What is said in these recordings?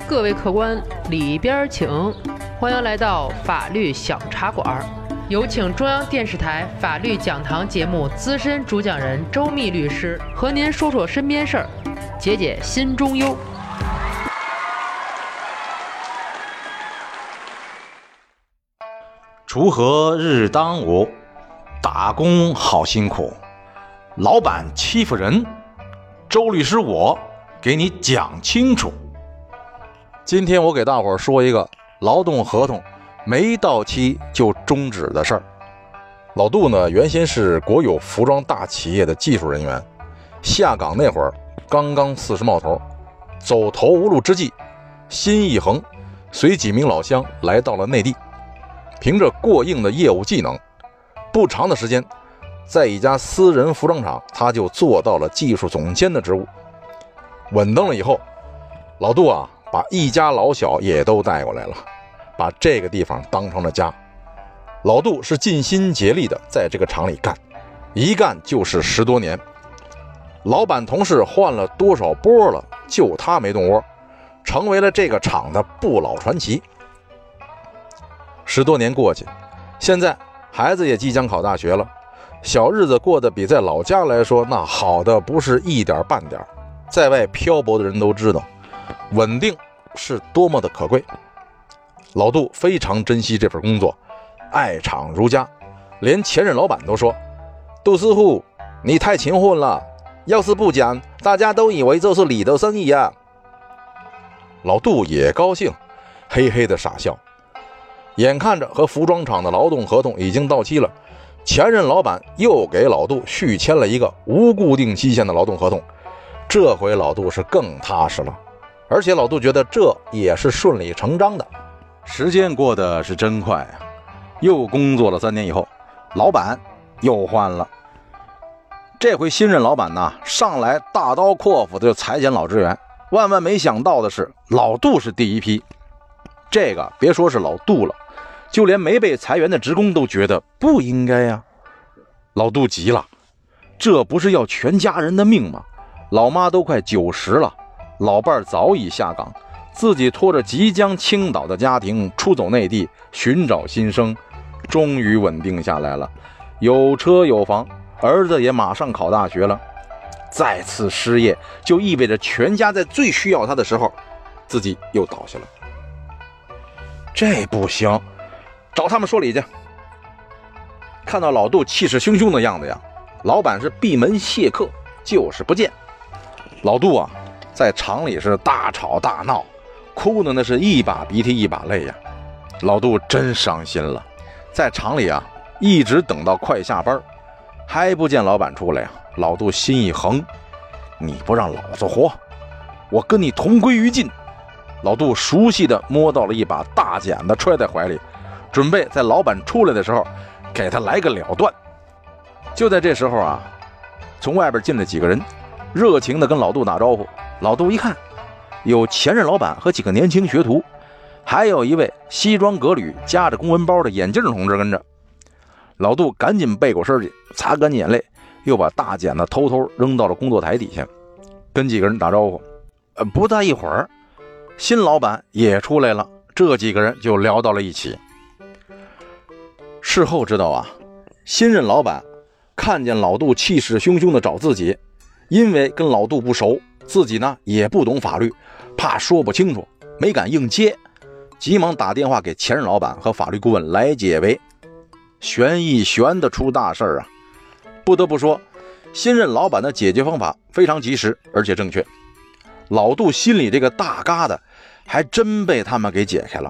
各位客官，里边请，欢迎来到法律小茶馆。有请中央电视台法律讲堂节目资深主讲人周密律师和您说说身边事儿，解解心中忧。 锄禾日当午，打工好辛苦，老板欺负人，周律师我给你讲清楚。今天我给大伙儿说一个劳动合同没到期就终止的事儿。老杜呢，原先是国有服装大企业的技术人员，下岗那会儿刚刚40冒头，走投无路之际，心一横，随几名老乡来到了内地。凭着过硬的业务技能，不长的时间，在一家私人服装厂，他就做到了技术总监的职务。稳当了以后，老杜啊，把一家老小也都带过来了，把这个地方当成了家。老杜是尽心竭力的在这个厂里干，一干就是10多年。老板同事换了多少波了，就他没动窝，成为了这个厂的不老传奇。10多年过去，现在孩子也即将考大学了，小日子过得比在老家来说那好的不是一点半点。在外漂泊的人都知道，稳定是多么的可贵。老杜非常珍惜这份工作，爱厂如家，连前任老板都说：“杜师傅，你太勤混了，要是不讲，大家都以为这是你的生意呀。”老杜也高兴，嘿嘿的傻笑。眼看着和服装厂的劳动合同已经到期了，前任老板又给老杜续签了一个无固定期限的劳动合同。这回老杜是更踏实了，而且老杜觉得这也是顺理成章的。时间过得是真快啊！又工作了3年以后，老板又换了。这回新任老板呢，上来大刀阔斧的就裁减老职员。万万没想到的是，老杜是第一批。这个别说是老杜了，就连没被裁员的职工都觉得不应该呀。老杜急了，这不是要全家人的命吗？老妈都快90了，老伴早已下岗，自己拖着即将倾倒的家庭出走内地寻找新生，终于稳定下来了，有车有房，儿子也马上考大学了。再次失业就意味着全家在最需要他的时候自己又倒下了。这不行，找他们说理去。看到老杜气势汹汹的样子呀，老板是闭门谢客，就是不见。老杜啊，在厂里是大吵大闹，哭的那是一把鼻涕一把泪呀。老杜真伤心了，在厂里啊，一直等到快下班，还不见老板出来呀。老杜心一横，你不让老子活，我跟你同归于尽。老杜熟悉的摸到了一把大剪子，揣在怀里，准备在老板出来的时候给他来个了断。就在这时候啊，从外边进来几个人，热情的跟老杜打招呼。老杜一看，有前任老板和几个年轻学徒，还有一位西装革履夹着公文包的眼镜同志跟着。老杜赶紧背过身去，擦干净眼泪，又把大剪子偷偷扔到了工作台底下，跟几个人打招呼。不大一会儿，新老板也出来了，这几个人就聊到了一起。事后知道啊，新任老板看见老杜气势汹汹的找自己，因为跟老杜不熟，自己呢也不懂法律，怕说不清楚，没敢硬接，急忙打电话给前任老板和法律顾问来解围。悬一悬的出大事啊！不得不说，新任老板的解决方法非常及时而且正确。老杜心里这个大疙瘩还真被他们给解开了。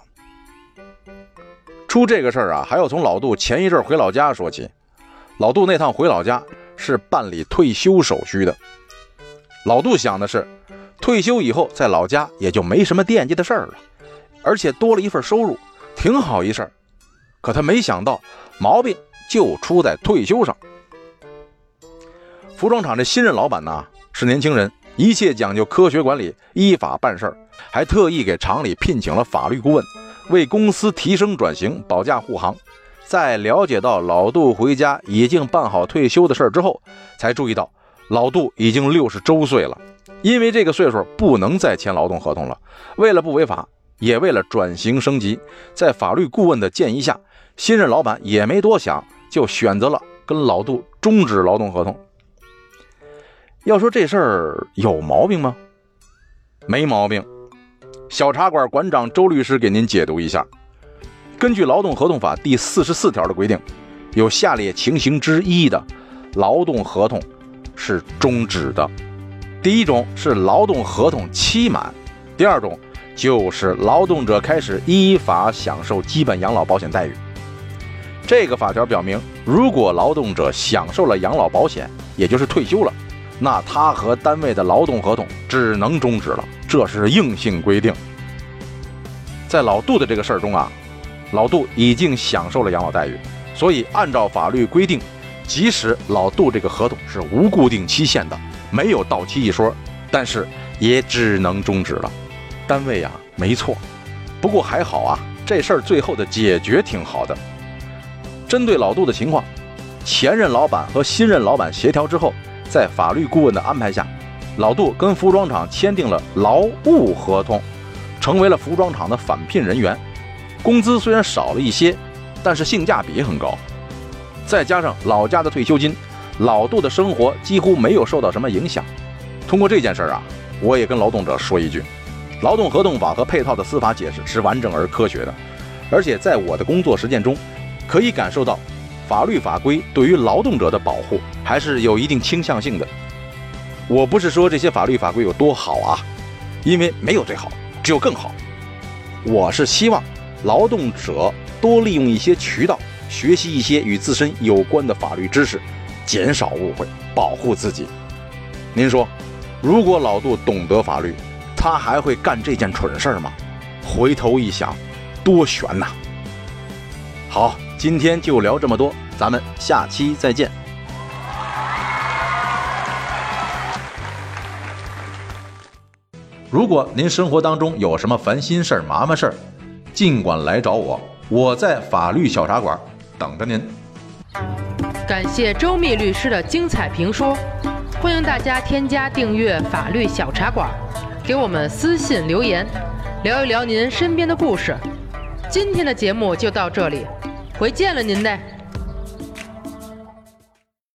出这个事儿啊，还要从老杜前一阵回老家说起。老杜那趟回老家是办理退休手续的。老杜想的是，退休以后在老家也就没什么惦记的事儿了，而且多了一份收入，挺好一事儿。可他没想到，毛病就出在退休上。服装厂这新任老板呢，是年轻人，一切讲究科学管理，依法办事儿，还特意给厂里聘请了法律顾问，为公司提升转型保驾护航。在了解到老杜回家已经办好退休的事儿之后，才注意到老杜已经60周岁了，因为这个岁数不能再签劳动合同了。为了不违法，也为了转型升级，在法律顾问的建议下，新任老板也没多想，就选择了跟老杜终止劳动合同。要说这事儿有毛病吗？没毛病。小茶馆馆长周律师给您解读一下。根据劳动合同法第44条的规定，有下列情形之一的劳动合同是终止的。第一种是劳动合同期满，第二种就是劳动者开始依法享受基本养老保险待遇。这个法条表明，如果劳动者享受了养老保险，也就是退休了，那他和单位的劳动合同只能终止了，这是硬性规定。在老杜的这个事儿中啊，老杜已经享受了养老待遇，所以按照法律规定，即使老杜这个合同是无固定期限的，没有到期一说，但是也只能终止了。单位啊没错，不过还好啊，这事儿最后的解决挺好的。针对老杜的情况，前任老板和新任老板协调之后，在法律顾问的安排下，老杜跟服装厂签订了劳务合同，成为了服装厂的返聘人员。工资虽然少了一些，但是性价比很高，再加上老家的退休金，老杜的生活几乎没有受到什么影响。通过这件事啊，我也跟劳动者说一句，劳动合同法和配套的司法解释是完整而科学的，而且在我的工作实践中，可以感受到法律法规对于劳动者的保护还是有一定倾向性的。我不是说这些法律法规有多好啊，因为没有最好，只有更好。我是希望劳动者多利用一些渠道，学习一些与自身有关的法律知识，减少误会，保护自己。您说，如果老杜懂得法律，他还会干这件蠢事吗？回头一想，多悬呐！好，今天就聊这么多，咱们下期再见。如果您生活当中有什么烦心事儿、麻烦事儿，尽管来找我，我在法律小茶馆等着您。 感谢周密律师的精彩评说，欢迎大家添加订阅法律小茶馆，给我们私信留言，聊一聊您身边的故事。今天的节目就到这里，回见了您嘞。